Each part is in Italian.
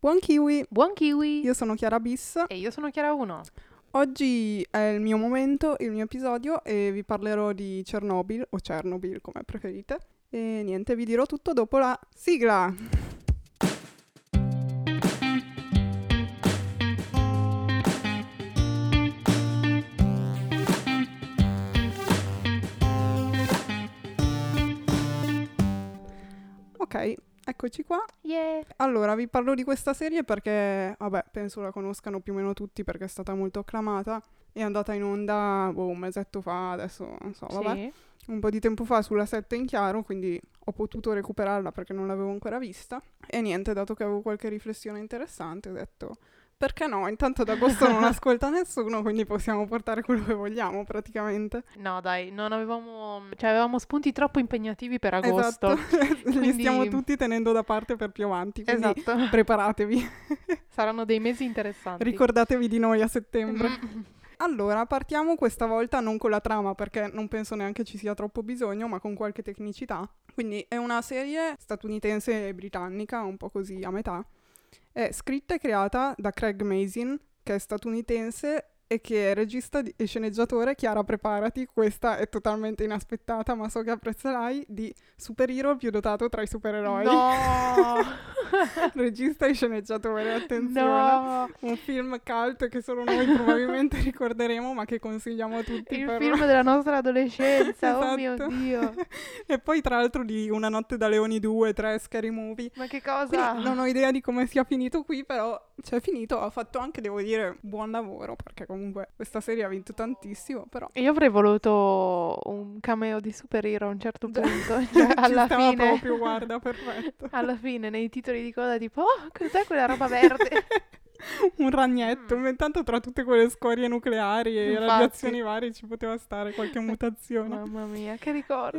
Buon kiwi! Buon kiwi! Io sono Chiara Bis. E io sono Chiara 1. Oggi è il mio momento, il mio episodio e vi parlerò di Chernobyl o Chernobyl come preferite. E niente, vi dirò tutto dopo la sigla! Ok, eccoci qua. Yeah! Allora, vi parlo di questa serie perché, vabbè, penso la conoscano più o meno tutti perché è stata molto acclamata. È andata in onda, un mesetto fa, adesso non so, vabbè. Sì. Un po' di tempo fa sulla 7 in chiaro, quindi ho potuto recuperarla perché non l'avevo ancora vista. E niente, dato che avevo qualche riflessione interessante, ho detto, perché no? Intanto ad agosto non ascolta nessuno, quindi possiamo portare quello che vogliamo praticamente. No, dai, non avevamo... Cioè, avevamo spunti troppo impegnativi per agosto. Esatto, li Quindi- stiamo tutti tenendo da parte per più avanti, quindi Esatto. preparatevi. Saranno dei mesi interessanti. Ricordatevi di noi a settembre. Mm. Allora, partiamo questa volta non con la trama perché non penso neanche ci sia troppo bisogno, ma con qualche tecnicità. Quindi è una serie statunitense e britannica, un po' così a metà. È scritta e creata da Craig Mazin, che è statunitense e che è regista e sceneggiatore. Chiara, preparati, questa è totalmente inaspettata, ma so che apprezzerai, di Superhero più dotato tra i supereroi. No! Regista e sceneggiatore, attenzione. No! Un film cult che solo noi probabilmente ricorderemo, ma che consigliamo a tutti. Il per... film della nostra adolescenza, oh mio Esatto. Dio! E poi tra l'altro di Una notte da leoni 2, 3, Scary Movie. Ma che cosa? Quindi non ho idea di come sia finito qui, però c'è finito, ha fatto anche, devo dire, buon lavoro, perché comunque questa serie ha vinto tantissimo, però... Io avrei voluto un cameo di superhero a un certo punto. Cioè, Ci alla stava fine... proprio, guarda, perfetto. Alla fine, nei titoli di coda, tipo, oh, cos'è quella roba verde? Un ragnetto, intanto tra tutte quelle scorie nucleari e Infatti. radiazioni varie ci poteva stare qualche mutazione. Mamma mia, che ricordi.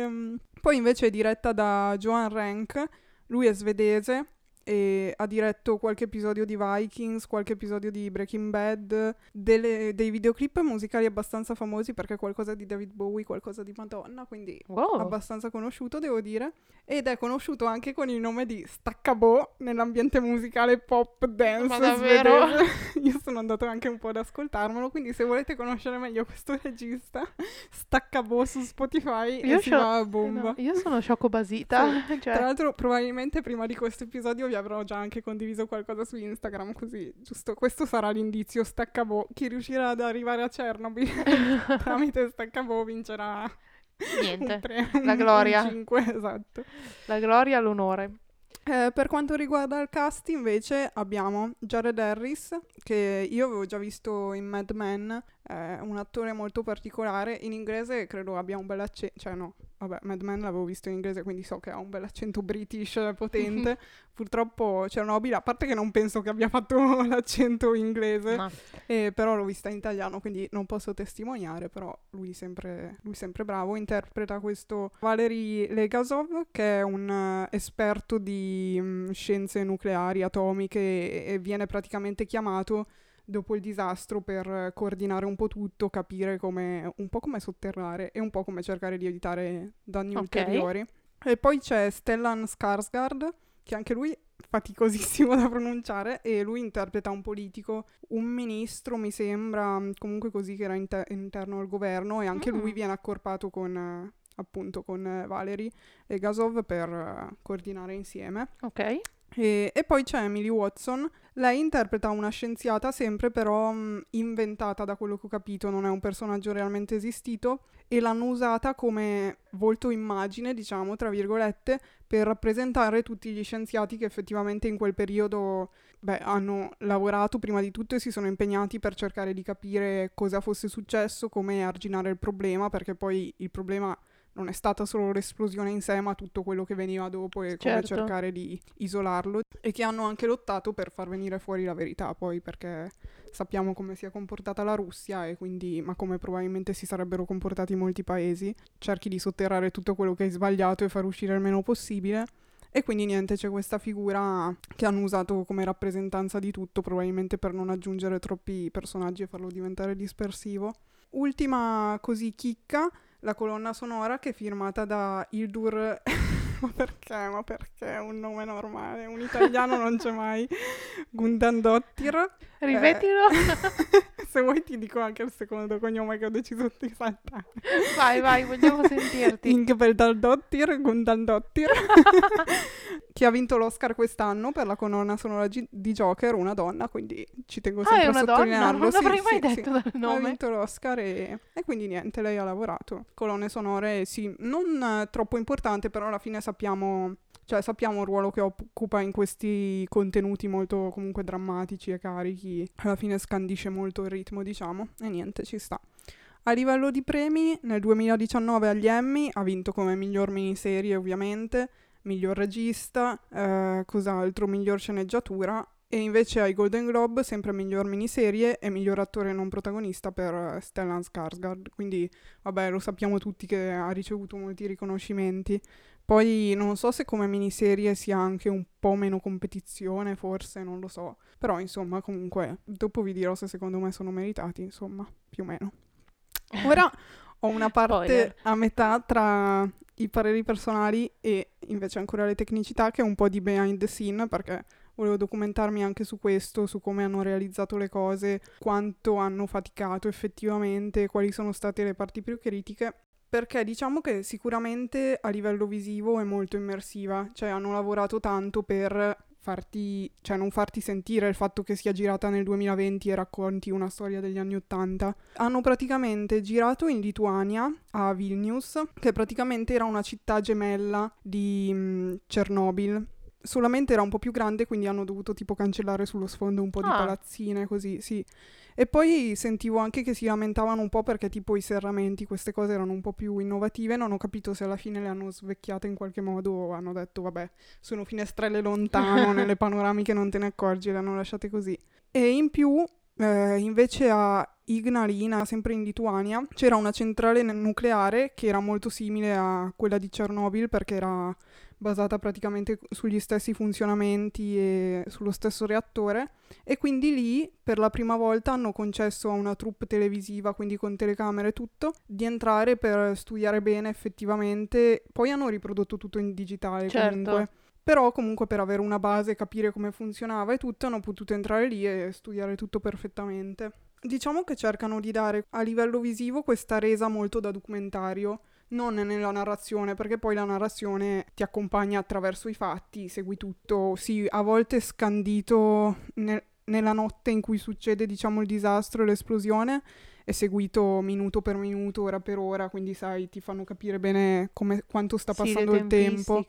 Poi invece è diretta da Johan Renck, lui è svedese e ha diretto qualche episodio di Vikings, qualche episodio di Breaking Bad, dei videoclip musicali abbastanza famosi perché qualcosa di David Bowie, qualcosa di Madonna, quindi Wow. abbastanza conosciuto, devo dire. Ed è conosciuto anche con il nome di Staccabo nell'ambiente musicale pop dance Ma davvero? svedese. Io sono andato anche un po' ad ascoltarmelo, quindi se volete conoscere meglio questo regista, Staccabo su Spotify e si va a bomba. No, io sono sciocco-basita. Tra Cioè, l'altro probabilmente prima di questo episodio vi avrò già anche condiviso qualcosa su Instagram, così giusto questo sarà l'indizio. Staccabo, chi riuscirà ad arrivare a Chernobyl tramite Staccabo vincerà niente. un 3, La gloria. un 5, esatto. La gloria, l'onore. Per quanto riguarda il cast invece abbiamo Jared Harris, che io avevo già visto in Mad Men, è un attore molto particolare, in inglese credo abbia un bel accento, cioè no, vabbè, Mad Men l'avevo visto in inglese quindi so che ha un bel accento british potente. Purtroppo Chernobyl, a parte che non penso che abbia fatto l'accento inglese, No. però l'ho vista in italiano quindi non posso testimoniare, però lui sempre bravo. Interpreta questo Valery Legasov, che è un esperto di scienze nucleari, atomiche, e viene praticamente chiamato dopo il disastro per coordinare un po' tutto, capire un po' come sotterrare e un po' come cercare di evitare danni Ok. ulteriori. E poi c'è Stellan Skarsgård, che anche lui faticosissimo da pronunciare, e lui interpreta un politico, un ministro mi sembra, comunque così, che era interno al governo, e anche lui viene accorpato con appunto con Valery Legasov per coordinare insieme. Ok. E poi c'è Emily Watson. Lei interpreta una scienziata sempre però inventata, da quello che ho capito, non è un personaggio realmente esistito, e l'hanno usata come volto immagine, diciamo, tra virgolette, per rappresentare tutti gli scienziati che effettivamente in quel periodo hanno lavorato prima di tutto e si sono impegnati per cercare di capire cosa fosse successo, come arginare il problema, perché poi il problema non è stata solo l'esplosione in sé, ma tutto quello che veniva dopo e come Certo. cercare di isolarlo, e che hanno anche lottato per far venire fuori la verità, poi, perché sappiamo come si è comportata la Russia e quindi, ma come probabilmente si sarebbero comportati molti paesi, cerchi di sotterrare tutto quello che hai sbagliato e far uscire il meno possibile. E quindi niente, c'è questa figura che hanno usato come rappresentanza di tutto, probabilmente per non aggiungere troppi personaggi e farlo diventare dispersivo. Ultima così chicca, la colonna sonora, che è firmata da Hildur Ma perché? Ma perché un nome normale? Un italiano non c'è mai. Gundandottir. Ripetilo. Se vuoi ti dico anche il secondo cognome che ho deciso di saltare. Vai, vogliamo sentirti. Ingveldaldottir Gundandottir. Che ha vinto l'Oscar quest'anno per la colonna sonora di Joker, una donna, quindi ci tengo Ah, sempre è a una donna? sottolinearlo. Non Sì, l'avrei mai sì, detto dal ha nome. vinto l'Oscar e quindi niente, lei ha lavorato. Colonne sonore, sì, non troppo importante, però alla fine sappiamo il ruolo che occupa in questi contenuti molto comunque drammatici e carichi. Alla fine scandisce molto il ritmo, diciamo, e niente, ci sta. A livello di premi, nel 2019 agli Emmy ha vinto come miglior miniserie, ovviamente, miglior regista, cos'altro, miglior sceneggiatura, e invece ai Golden Globe sempre miglior miniserie e miglior attore non protagonista per Stellan Skarsgård. Quindi, vabbè, lo sappiamo tutti che ha ricevuto molti riconoscimenti. Poi non so se come miniserie sia anche un po' meno competizione, forse, non lo so. Però, insomma, comunque, dopo vi dirò se secondo me sono meritati, insomma, più o meno. Ora ho una parte Spoiler. a metà tra i pareri personali e invece ancora le tecnicità, che è un po' di behind the scene, perché volevo documentarmi anche su questo, su come hanno realizzato le cose, quanto hanno faticato effettivamente, quali sono state le parti più critiche. Perché diciamo che sicuramente a livello visivo è molto immersiva, cioè hanno lavorato tanto per non farti sentire il fatto che sia girata nel 2020 e racconti una storia degli anni 80. Hanno praticamente girato in Lituania, a Vilnius, che praticamente era una città gemella di Chernobyl. Solamente era un po' più grande, quindi hanno dovuto tipo cancellare sullo sfondo un po' di palazzine, così, sì. E poi sentivo anche che si lamentavano un po' perché tipo i serramenti, queste cose erano un po' più innovative, non ho capito se alla fine le hanno svecchiate in qualche modo o hanno detto vabbè, sono finestrelle lontano, nelle panoramiche non te ne accorgi, le hanno lasciate così. E in più, invece a Ignalina, sempre in Lituania, c'era una centrale nucleare che era molto simile a quella di Chernobyl perché era basata praticamente sugli stessi funzionamenti e sullo stesso reattore, e quindi lì per la prima volta hanno concesso a una troupe televisiva, quindi con telecamere e tutto, di entrare per studiare bene effettivamente. Poi hanno riprodotto tutto in digitale comunque, però comunque per avere una base, capire come funzionava e tutto, hanno potuto entrare lì e studiare tutto perfettamente. Diciamo che cercano di dare a livello visivo questa resa molto da documentario, non nella narrazione, perché poi la narrazione ti accompagna attraverso i fatti, segui tutto, sì, a volte scandito nella notte in cui succede, diciamo, il disastro e l'esplosione, è seguito minuto per minuto, ora per ora, quindi sai, ti fanno capire bene quanto sta passando il tempo.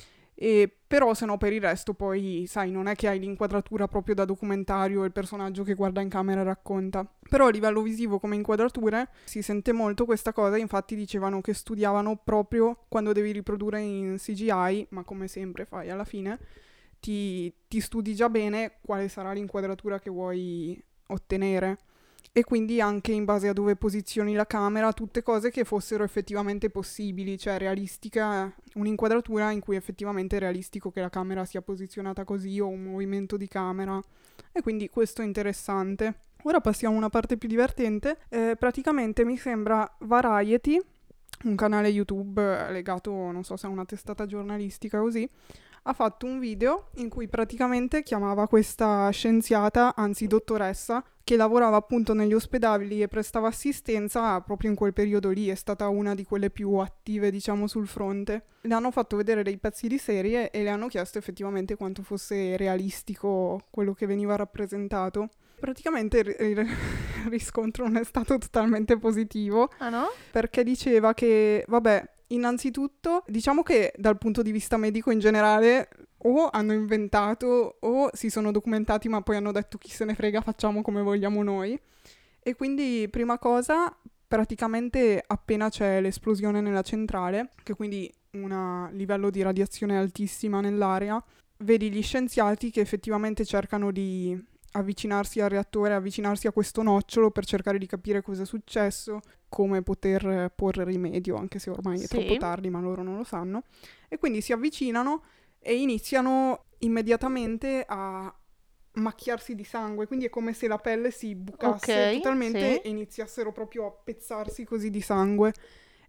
Però se no per il resto poi, sai, non è che hai l'inquadratura proprio da documentario e il personaggio che guarda in camera e racconta. Però a livello visivo come inquadrature si sente molto questa cosa, infatti dicevano che studiavano proprio quando devi riprodurre in CGI, ma come sempre fai alla fine, ti studi già bene quale sarà l'inquadratura che vuoi ottenere. E quindi anche in base a dove posizioni la camera, tutte cose che fossero effettivamente possibili, cioè realistica, un'inquadratura in cui effettivamente è realistico che la camera sia posizionata così o un movimento di camera. E quindi questo è interessante. Ora passiamo a una parte più divertente. Praticamente mi sembra Variety, un canale YouTube legato, non so se a una testata giornalistica così, ha fatto un video in cui praticamente chiamava questa scienziata, anzi dottoressa, che lavorava appunto negli ospedali e prestava assistenza proprio in quel periodo lì, è stata una di quelle più attive, diciamo, sul fronte. Le hanno fatto vedere dei pezzi di serie e le hanno chiesto effettivamente quanto fosse realistico quello che veniva rappresentato. Praticamente il riscontro non è stato totalmente positivo. Ah no? Perché diceva che, vabbè, innanzitutto, diciamo che dal punto di vista medico in generale o hanno inventato o si sono documentati ma poi hanno detto chi se ne frega, facciamo come vogliamo noi. E quindi, prima cosa, praticamente appena c'è l'esplosione nella centrale, che quindi un livello di radiazione altissima nell'aria, vedi gli scienziati che effettivamente cercano di avvicinarsi al reattore, avvicinarsi a questo nocciolo per cercare di capire cosa è successo, come poter porre rimedio, anche se ormai è troppo tardi, ma loro non lo sanno. E quindi si avvicinano e iniziano immediatamente a macchiarsi di sangue, quindi è come se la pelle si bucasse totalmente e iniziassero proprio a pezzarsi così di sangue.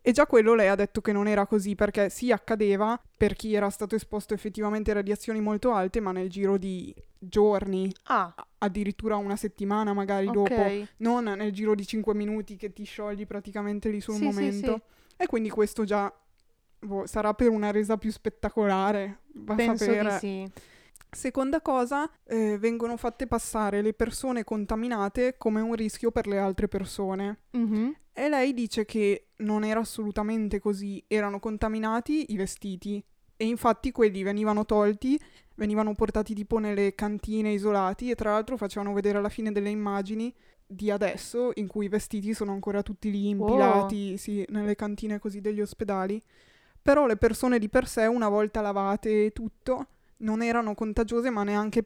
E già quello lei ha detto che non era così, perché sì, accadeva per chi era stato esposto effettivamente a radiazioni molto alte, ma nel giro di giorni, Ah, addirittura una settimana magari dopo, ok. non nel giro di 5 minuti che ti sciogli praticamente lì sul Sì, sì, sì. momento. E quindi questo già sarà per una resa più spettacolare, va a Penso di sapere. sì. Seconda cosa, vengono fatte passare le persone contaminate come un rischio per le altre persone. Mhm. E lei dice che non era assolutamente così, erano contaminati i vestiti. E infatti quelli venivano tolti, venivano portati tipo nelle cantine isolati e tra l'altro facevano vedere alla fine delle immagini di adesso in cui i vestiti sono ancora tutti lì Oh, impilati, sì, nelle cantine così degli ospedali. Però le persone di per sé, una volta lavate e tutto, non erano contagiose, ma neanche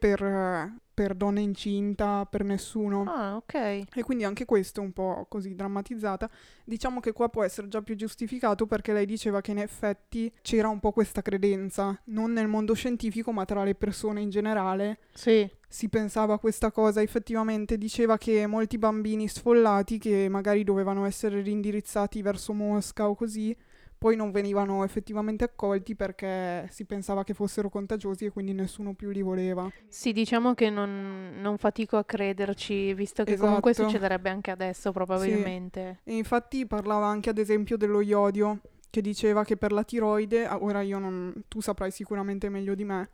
per donne incinta, per nessuno. ah, ok. E quindi anche questo è un po' così drammatizzata. Diciamo che qua può essere già più giustificato perché lei diceva che in effetti c'era un po' questa credenza, non nel mondo scientifico, ma tra le persone in generale. Sì, Si pensava a questa cosa, effettivamente diceva che molti bambini sfollati che magari dovevano essere rindirizzati verso Mosca o così, poi non venivano effettivamente accolti perché si pensava che fossero contagiosi e quindi nessuno più li voleva. sì, diciamo che non fatico a crederci, visto che comunque Esatto, succederebbe anche adesso, sì. probabilmente. E infatti parlava anche ad esempio dello iodio, che diceva che per la tiroide, ora io non, tu saprai sicuramente meglio di me,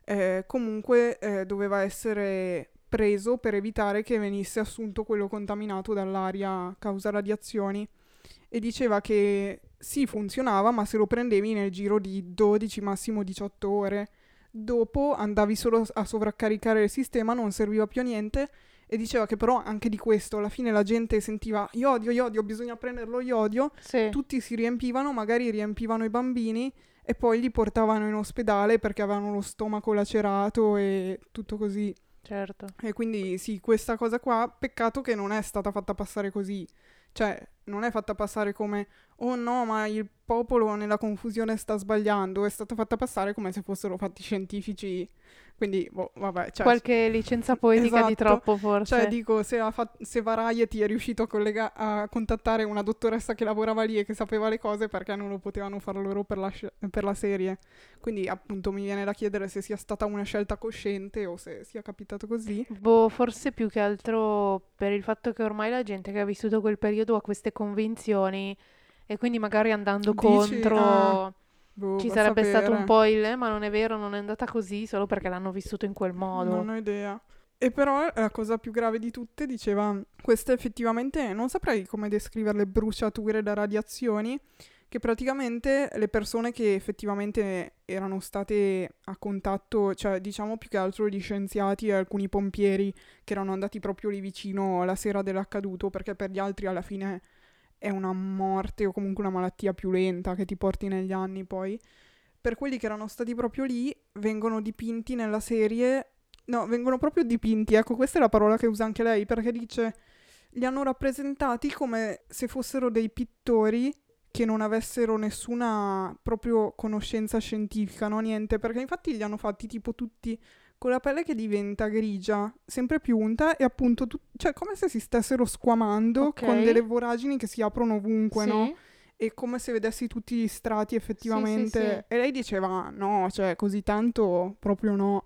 comunque doveva essere preso per evitare che venisse assunto quello contaminato dall'aria a causa radiazioni. E diceva che sì, funzionava, ma se lo prendevi nel giro di 12, massimo 18 ore. Dopo andavi solo a sovraccaricare il sistema, non serviva più a niente. E diceva che però anche di questo alla fine la gente sentiva iodio, iodio, bisogna prenderlo iodio. Sì, Tutti si riempivano, magari riempivano i bambini e poi li portavano in ospedale perché avevano lo stomaco lacerato e tutto così. certo. E quindi sì, questa cosa qua, peccato che non è stata fatta passare così. Cioè, non è fatta passare come, oh no, ma il popolo nella confusione sta sbagliando. È stata fatta passare come se fossero fatti scientifici. Quindi, boh, vabbè, cioè, Qualche licenza poetica di esatto. troppo, Cioè, forse. dico, se Variety è riuscito a contattare una dottoressa che lavorava lì e che sapeva le cose, perché non lo potevano fare loro per la serie? Quindi, appunto, mi viene da chiedere se sia stata una scelta cosciente o se sia capitato così. Boh, forse più che altro per il fatto che ormai la gente che ha vissuto quel periodo ha queste convinzioni e quindi magari andando Dici, ah, contro boh, ci va a sarebbe stato un sapere. po' il ma non è vero, non è andata così solo perché l'hanno vissuto in quel Non modo. ho idea. E però la cosa più grave di tutte diceva, queste effettivamente, non saprei come descriverle, bruciature da radiazioni, che praticamente le persone che effettivamente erano state a contatto, cioè diciamo più che altro gli scienziati e alcuni pompieri che erano andati proprio lì vicino la sera dell'accaduto, perché per gli altri alla fine è una morte o comunque una malattia più lenta che ti porti negli anni poi. Per quelli che erano stati proprio lì, vengono dipinti nella serie. No, vengono proprio dipinti, ecco, questa è la parola che usa anche lei, perché dice li hanno rappresentati come se fossero dei pittori che non avessero nessuna proprio conoscenza scientifica, no niente, perché infatti li hanno fatti tipo tutti con la pelle che diventa grigia, sempre più unta e appunto cioè come se si stessero squamando Ok, con delle voragini che si aprono ovunque, no? sì, E come se vedessi tutti gli strati sì, sì, sì. effettivamente. E lei diceva no, cioè così tanto proprio no.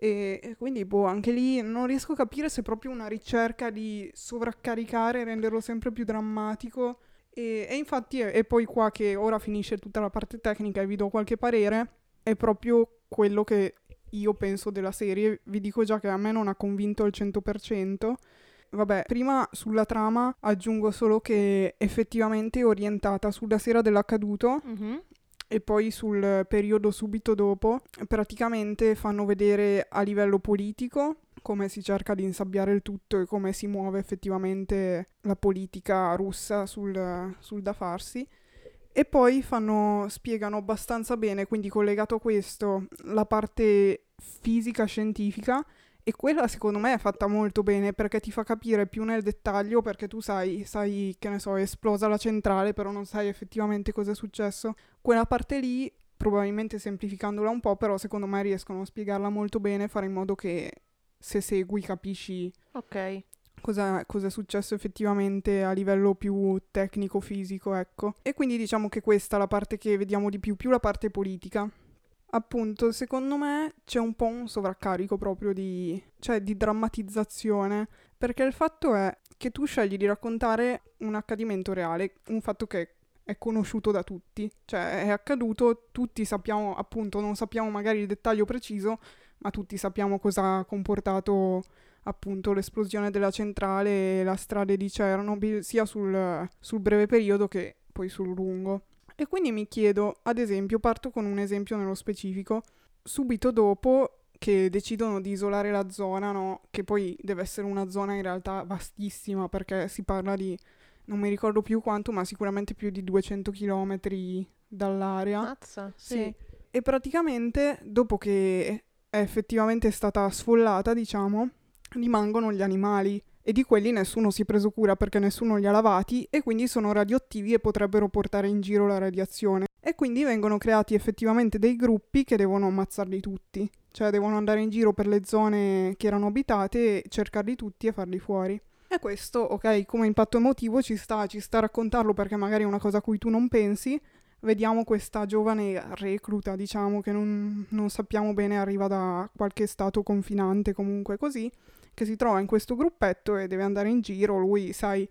E quindi, boh, anche lì non riesco a capire se è proprio una ricerca di sovraccaricare e renderlo sempre più drammatico. E infatti è poi qua che ora finisce tutta la parte tecnica e vi do qualche parere. È proprio quello che io penso della serie. Vi dico già che a me non ha convinto al 100%. Vabbè, prima sulla trama aggiungo solo che effettivamente è orientata sulla sera dell'accaduto Mhm. e poi sul periodo subito dopo. Praticamente fanno vedere a livello politico come si cerca di insabbiare il tutto e come si muove effettivamente la politica russa sul da farsi. E poi spiegano abbastanza bene, quindi collegato a questo, la parte fisica scientifica e quella secondo me è fatta molto bene perché ti fa capire più nel dettaglio perché tu sai che ne so, è esplosa la centrale, però non sai effettivamente cosa è successo. Quella parte lì, probabilmente semplificandola un po', però secondo me riescono a spiegarla molto bene, fare in modo che se segui capisci Ok. cosa è successo effettivamente a livello più tecnico-fisico, ecco. E quindi diciamo che questa è la parte che vediamo di più la parte politica. Appunto, secondo me c'è un po' un sovraccarico proprio di drammatizzazione, perché il fatto è che tu scegli di raccontare un accadimento reale, un fatto che è conosciuto da tutti, cioè è accaduto, tutti sappiamo, appunto, non sappiamo magari il dettaglio preciso, ma tutti sappiamo cosa ha comportato appunto l'esplosione della centrale e la strage di Chernobyl, sia sul breve periodo che poi sul lungo. E quindi mi chiedo, ad esempio, parto con un esempio nello specifico, subito dopo che decidono di isolare la zona, no? Che poi deve essere una zona in realtà vastissima, perché si parla di, non mi ricordo più quanto, ma sicuramente più di 200 chilometri dall'area. Mazza, sì. Sì. E praticamente, dopo che è effettivamente stata sfollata, diciamo, rimangono gli animali. E di quelli nessuno si è preso cura perché nessuno li ha lavati e quindi sono radioattivi e potrebbero portare in giro la radiazione. E quindi vengono creati effettivamente dei gruppi che devono ammazzarli tutti. Cioè devono andare in giro per le zone che erano abitate, cercarli tutti e farli fuori. E questo, ok, come impatto emotivo ci sta a raccontarlo perché magari è una cosa a cui tu non pensi. Vediamo questa giovane recluta, diciamo, che non sappiamo bene, arriva da qualche stato confinante, comunque così, che si trova in questo gruppetto e deve andare in giro. Lui, sai,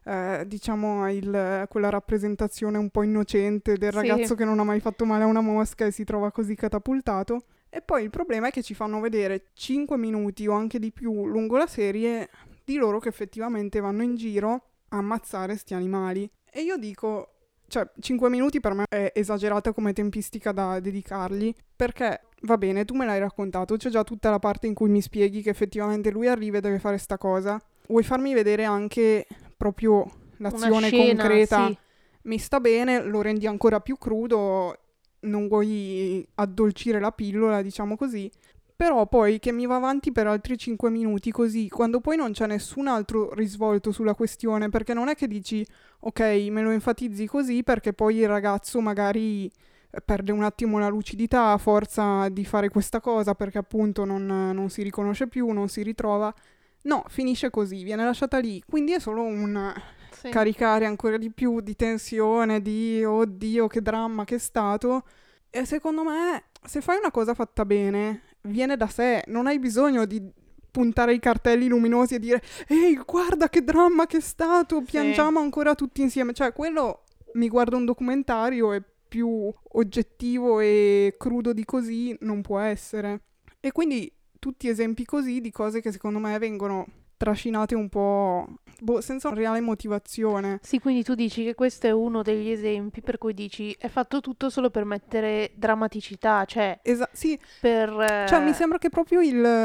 diciamo, ha quella rappresentazione un po' innocente del Sì. ragazzo che non ha mai fatto male a una mosca e si trova così catapultato. E poi il problema è che ci fanno vedere 5 minuti o anche di più lungo la serie di loro che effettivamente vanno in giro a ammazzare sti animali. E io dico, cioè 5 minuti per me è esagerata come tempistica da dedicargli, perché va bene, tu me l'hai raccontato, c'è già tutta la parte in cui mi spieghi che effettivamente lui arriva e deve fare sta cosa. Vuoi farmi vedere anche proprio l'azione scena, concreta? sì. Mi sta bene, lo rendi ancora più crudo, non vuoi addolcire la pillola, diciamo così. Però poi che mi va avanti per altri 5 minuti così, quando poi non c'è nessun altro risvolto sulla questione, perché non è che dici, ok, me lo enfatizzi così perché poi il ragazzo magari perde un attimo la lucidità a forza di fare questa cosa, perché appunto non si riconosce più, non si ritrova. No, finisce così, viene lasciata lì. Quindi è solo un Sì. caricare ancora di più di tensione, di oddio che dramma che è stato. E secondo me, se fai una cosa fatta bene, viene da sé, non hai bisogno di puntare i cartelli luminosi e dire ehi, guarda che dramma che è stato, Sì. piangiamo ancora tutti insieme. Cioè, quello mi guardo un documentario e più oggettivo e crudo di così non può essere. E quindi tutti esempi così di cose che secondo me vengono trascinate un po' senza una reale motivazione. Sì, quindi tu dici che questo è uno degli esempi per cui dici è fatto tutto solo per mettere drammaticità, cioè Sì, per... cioè mi sembra che proprio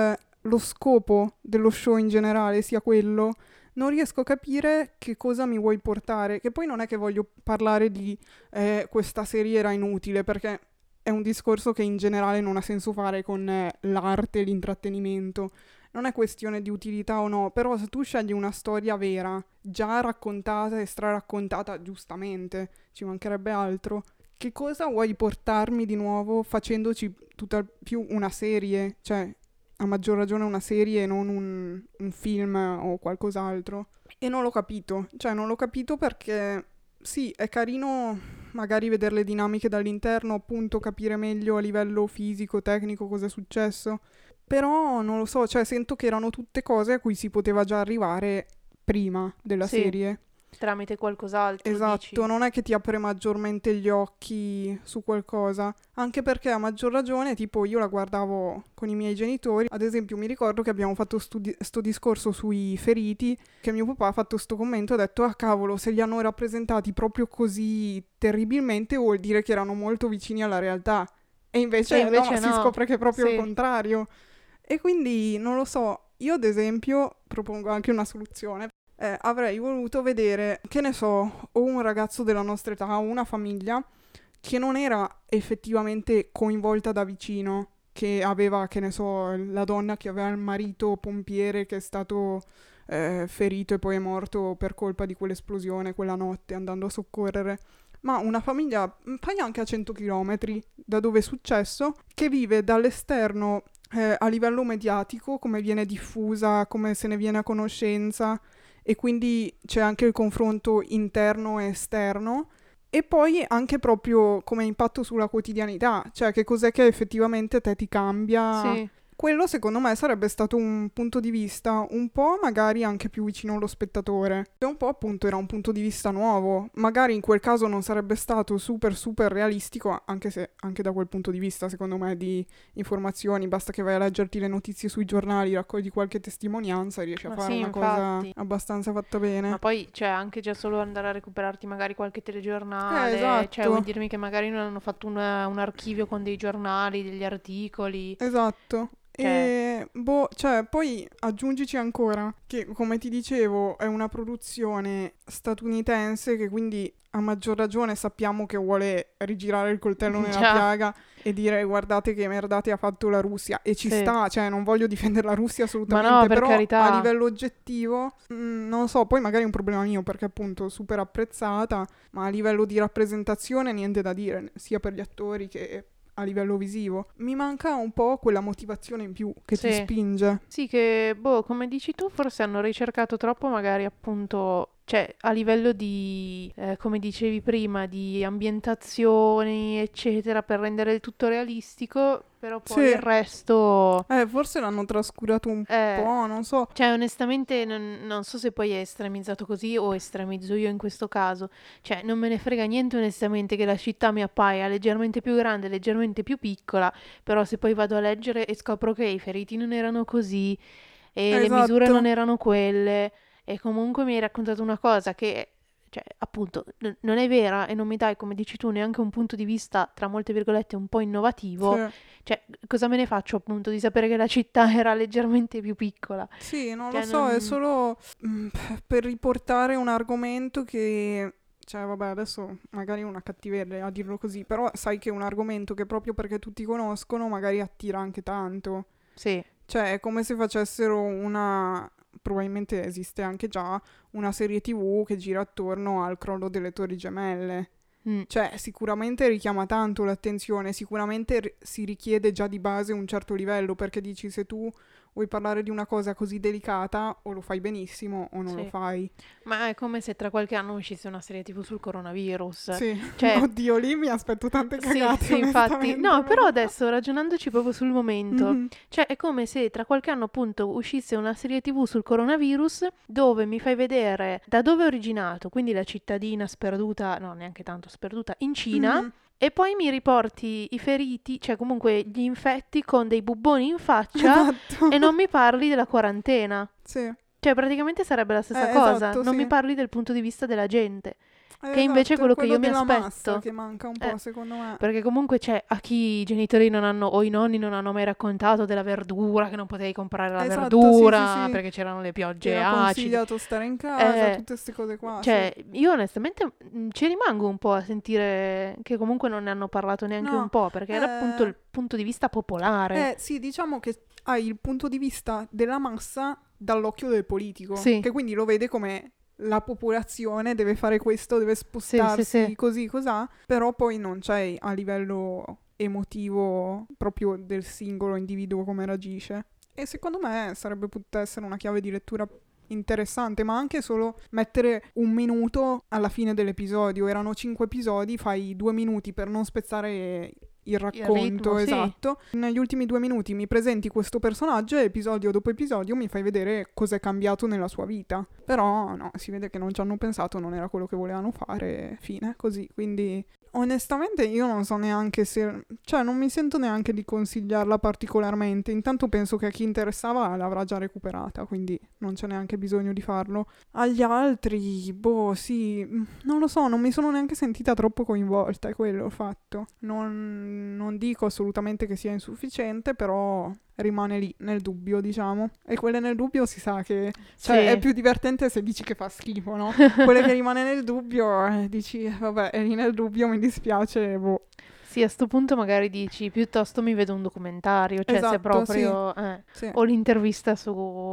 lo scopo dello show in generale sia quello. Non riesco a capire che cosa mi vuoi portare, che poi non è che voglio parlare di questa serie era inutile, perché è un discorso che in generale non ha senso fare con l'arte e l'intrattenimento. Non è questione di utilità o no, però se tu scegli una storia vera, già raccontata e straraccontata giustamente, ci mancherebbe altro, che cosa vuoi portarmi di nuovo facendoci tutt'al più una serie? Cioè, a maggior ragione una serie e non un film o qualcos'altro. E non l'ho capito. Cioè, non l'ho capito perché, sì, è carino magari vedere le dinamiche dall'interno, appunto capire meglio a livello fisico, tecnico cosa è successo. Però, non lo so, cioè, sento che erano tutte cose a cui si poteva già arrivare prima della Sì. serie. Tramite qualcos'altro, Esatto, dici. non è che ti apre maggiormente gli occhi su qualcosa, anche perché a maggior ragione, tipo io la guardavo con i miei genitori, ad esempio mi ricordo che abbiamo fatto sto discorso sui feriti, che mio papà ha fatto sto commento e ha detto, ah cavolo, se li hanno rappresentati proprio così terribilmente vuol dire che erano molto vicini alla realtà, e invece, no, si scopre che è proprio il contrario. E quindi, non lo so, io ad esempio propongo anche una soluzione. Avrei voluto vedere, che ne so, o un ragazzo della nostra età o una famiglia che non era effettivamente coinvolta da vicino, che aveva, che ne so, la donna che aveva il marito pompiere che è stato ferito e poi è morto per colpa di quell'esplosione quella notte andando a soccorrere, ma una famiglia, fai anche a 100 chilometri da dove è successo, che vive dall'esterno a livello mediatico, come viene diffusa, come se ne viene a conoscenza, e quindi c'è anche il confronto interno e esterno. E poi anche proprio come impatto sulla quotidianità, cioè che cos'è che effettivamente te ti cambia. Sì. Quello secondo me sarebbe stato un punto di vista un po' magari anche più vicino allo spettatore. E un po' appunto era un punto di vista nuovo. Magari in quel caso non sarebbe stato super super realistico, anche se anche da quel punto di vista secondo me di informazioni, basta che vai a leggerti le notizie sui giornali, raccogli qualche testimonianza e riesci a Ma fare sì, una cosa infatti. abbastanza fatta bene. Ma poi, cioè, anche già solo andare a recuperarti magari qualche telegiornale, cioè, vuol Esatto, dirmi che magari non hanno fatto un archivio con dei giornali, degli articoli, esatto. cioè, E boh, cioè, poi aggiungici ancora che, come ti dicevo, è una produzione statunitense che quindi a maggior ragione sappiamo che vuole rigirare il coltello nella già, piaga e dire guardate che merdate ha fatto la Russia. E ci sì. sta, cioè non voglio difendere la Russia Ma no, assolutamente, per però a carità. livello oggettivo, non lo so, poi magari è un problema mio perché appunto super apprezzata, ma a livello di rappresentazione niente da dire, sia per gli attori che a livello visivo. Mi manca un po' quella motivazione in più che ti Sì. spinge. Sì, che, boh, come dici tu, forse hanno ricercato troppo magari appunto, cioè a livello di, come dicevi prima, di ambientazioni, eccetera, per rendere il tutto realistico, però poi il Sì, resto, forse l'hanno trascurato un eh, po', non so. cioè onestamente non so se poi è estremizzato così o estremizzo io in questo caso, cioè non me ne frega niente onestamente che la città mi appaia leggermente più grande, leggermente più piccola, però se poi vado a leggere e scopro che i feriti non erano così e le misure non Esatto. erano quelle e comunque mi hai raccontato una cosa che, cioè, appunto, non è vera e non mi dai, come dici tu, neanche un punto di vista, tra molte virgolette, un po' innovativo, Sì. cioè, cosa me ne faccio appunto di sapere che la città era leggermente più piccola? Sì, non lo Cioè, so, è non... solo per riportare un argomento che, cioè, vabbè, adesso magari è una cattiveria a dirlo così, però sai che è un argomento che proprio perché tutti conoscono magari attira anche tanto. Sì. Cioè, è come se facessero una, probabilmente esiste anche già, una serie TV che gira attorno al crollo delle Torri Gemelle. Mm. Cioè, sicuramente richiama tanto l'attenzione, sicuramente si richiede già di base un certo livello, perché dici se tu vuoi parlare di una cosa così delicata, o lo fai benissimo o non lo Sì. fai. Ma è come se tra qualche anno uscisse una serie TV sul coronavirus. Sì, Cioè, oddio, lì mi aspetto tante sì, cagate, sì, infatti. onestamente, No, però però. adesso ragionandoci proprio sul momento, Mhm. cioè è come se tra qualche anno appunto uscisse una serie TV sul coronavirus dove mi fai vedere da dove è originato, quindi la cittadina sperduta, no, neanche tanto sperduta, in Cina. Mhm. E poi mi riporti i feriti, cioè comunque gli infetti con dei bubboni in faccia Esatto. e non mi parli della quarantena. Sì, Cioè, praticamente sarebbe la stessa cosa. esatto, Non mi sì. parli del punto di vista della gente. Che invece è Esatto, è quello che quello io mi della massa aspetto. che manca un Eh, po', secondo me. perché comunque c'è a chi i genitori non hanno, o i nonni non hanno mai raccontato della verdura, che non potevi comprare la Esatto, sì, sì, verdura sì. perché c'erano le Che piogge era acide. consigliato stare in casa, Eh, tutte queste cose qua, sì. cioè, io onestamente ci rimango un po' a sentire che comunque non ne hanno parlato neanche un No, po', perché era appunto eh, il punto di vista popolare. sì, diciamo che hai il punto di vista della massa dall'occhio del politico, Sì, che quindi lo vede come la popolazione deve fare questo, deve sì, sì, sì. spostarsi così, cosà, però poi non c'è a livello emotivo proprio del singolo individuo come reagisce. E secondo me sarebbe potuta essere una chiave di lettura interessante, ma anche solo mettere un minuto alla fine dell'episodio. Erano 5 episodi, fai 2 minuti per non spezzare il Il ritmo, racconto sì. esatto. Negli ultimi 2 minuti mi presenti questo personaggio e episodio dopo episodio mi fai vedere cosa è cambiato nella sua vita. Però no, si vede che non ci hanno pensato, non era quello che volevano fare, fine, così. Quindi onestamente io non so neanche se, cioè non mi sento neanche di consigliarla particolarmente. Intanto penso che a chi interessava l'avrà già recuperata, quindi non c'è neanche bisogno di farlo. Agli altri, boh, sì, non lo so, non mi sono neanche sentita troppo coinvolta, è quello il fatto. Non dico assolutamente che sia insufficiente, però rimane lì, nel dubbio, diciamo. E quelle nel dubbio si sa che, cioè, è Sì. più divertente se dici che fa schifo, no? Quelle che rimane nel dubbio, dici, vabbè, è lì nel dubbio, mi dispiace, boh. Sì, a sto punto magari dici piuttosto mi vedo un documentario, cioè se Esatto, sì, proprio sì. o l'intervista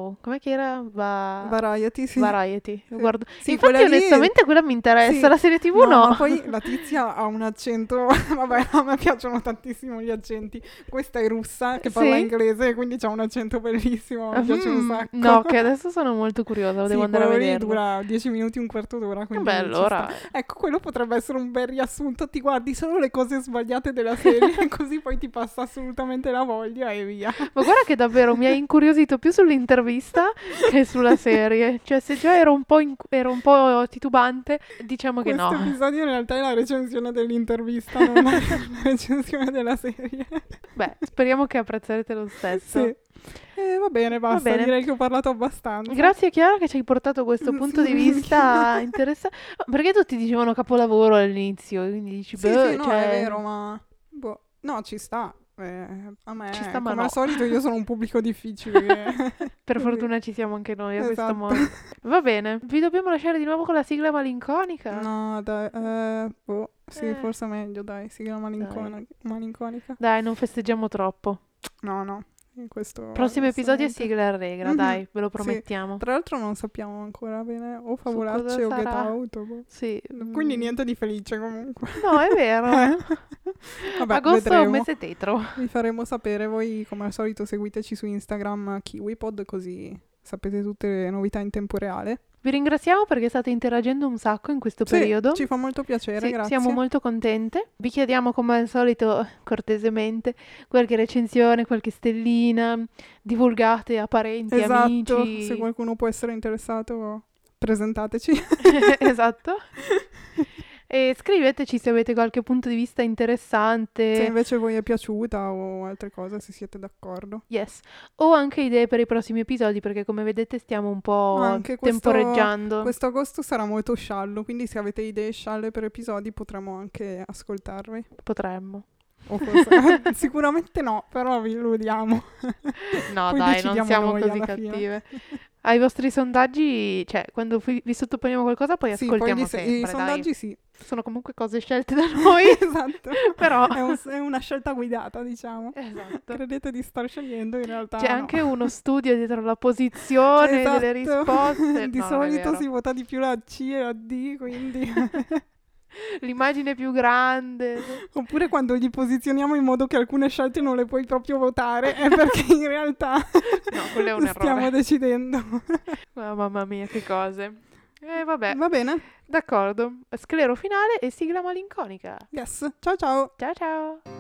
guardavo, com'è che era? Variety, sì. Variety. Sì. Guardo. Sì, Infatti quella lì- onestamente quella mi interessa, sì. la serie TV No, no. ma poi la tizia ha un accento, vabbè, a me piacciono tantissimo gli accenti. Questa è russa che parla Sì? inglese, quindi c'ha un accento bellissimo, mi piace un sacco. No, che adesso sono molto curiosa, Sì, devo andare a quello lì vederlo. dura 10 minuti, un quarto d'ora, quindi Vabbè, ci allora sta. Ecco, quello potrebbe essere un bel riassunto, ti guardi solo le cose sbagliate della serie, così poi ti passa assolutamente la voglia e via. Ma guarda che davvero mi ha incuriosito più sull'intervista che sulla serie. Cioè, se già ero un po' titubante, diciamo che Questo no. episodio in realtà è la recensione dell'intervista, non è la recensione della serie. Beh, speriamo che apprezzerete lo stesso. Sì. Va bene, basta, bene. direi che ho parlato abbastanza. Grazie Chiara che ci hai portato questo punto di vista interessante. Perché tutti dicevano capolavoro all'inizio, quindi dici, Sì, boh, sì, no, cioè, è vero, ma... boh, no, ci sta. A me, Ci sta, ma come no. al solito, io sono un pubblico difficile. per Così. fortuna ci siamo anche noi a questo Esatto. modo. Va bene, vi dobbiamo lasciare di nuovo con la sigla malinconica? No, dai, boh, sì, Eh. forse è meglio, dai, sigla malinconica. Dai, non festeggiamo troppo. No, in questo... Prossimo episodio è onestamente. sigla allegra, Mhm. dai, ve lo Sì. promettiamo. Tra l'altro non sappiamo ancora bene o cosa favolacce o Get sarà. Out. Boh. Sì. Quindi niente di felice comunque. No, è vero. Vabbè, Agosto è vedremo. un mese tetro. Vi faremo sapere, voi come al solito seguiteci su Instagram KiwiPod, così sapete tutte le novità in tempo reale. Vi ringraziamo perché state interagendo un sacco in questo Sì, periodo. ci fa molto piacere, Sì, grazie. siamo molto contente. Vi chiediamo come al solito, cortesemente, qualche recensione, qualche stellina, divulgate a parenti, Esatto, amici. se qualcuno può essere interessato, presentateci. Esatto. E scriveteci se avete qualche punto di vista interessante. Se invece voi è piaciuta o altre cose, se siete d'accordo. Yes. O anche idee per i prossimi episodi, perché come vedete stiamo un po' Anche temporeggiando. Questo agosto sarà molto sciallo, quindi se avete idee scialle per episodi potremo anche ascoltarvi. Potremmo. O forse sicuramente no, però vi illudiamo. No, Poi dai, non decidiamo siamo noi così alla fine. cattive. Ai vostri sondaggi, cioè, quando vi sottoponiamo qualcosa, poi Sì, poi ascoltiamo sempre, i dai. sondaggi sì. Sono comunque cose scelte da noi. Esatto. Però È una scelta guidata, diciamo. esatto. Credete di star scegliendo, in realtà C'è no. anche uno studio dietro la posizione delle Esatto. risposte. Di No, non è solito vero. si vota di più la C e la D, quindi... L'immagine più grande. Oppure quando li posizioniamo in modo che alcune scelte non le puoi proprio votare, è perché in realtà No, quello è un stiamo errore. decidendo. Mamma mia, che cose. Vabbè, Va bene? d'accordo. Sclero finale e sigla malinconica. Yes. Ciao ciao. Ciao ciao.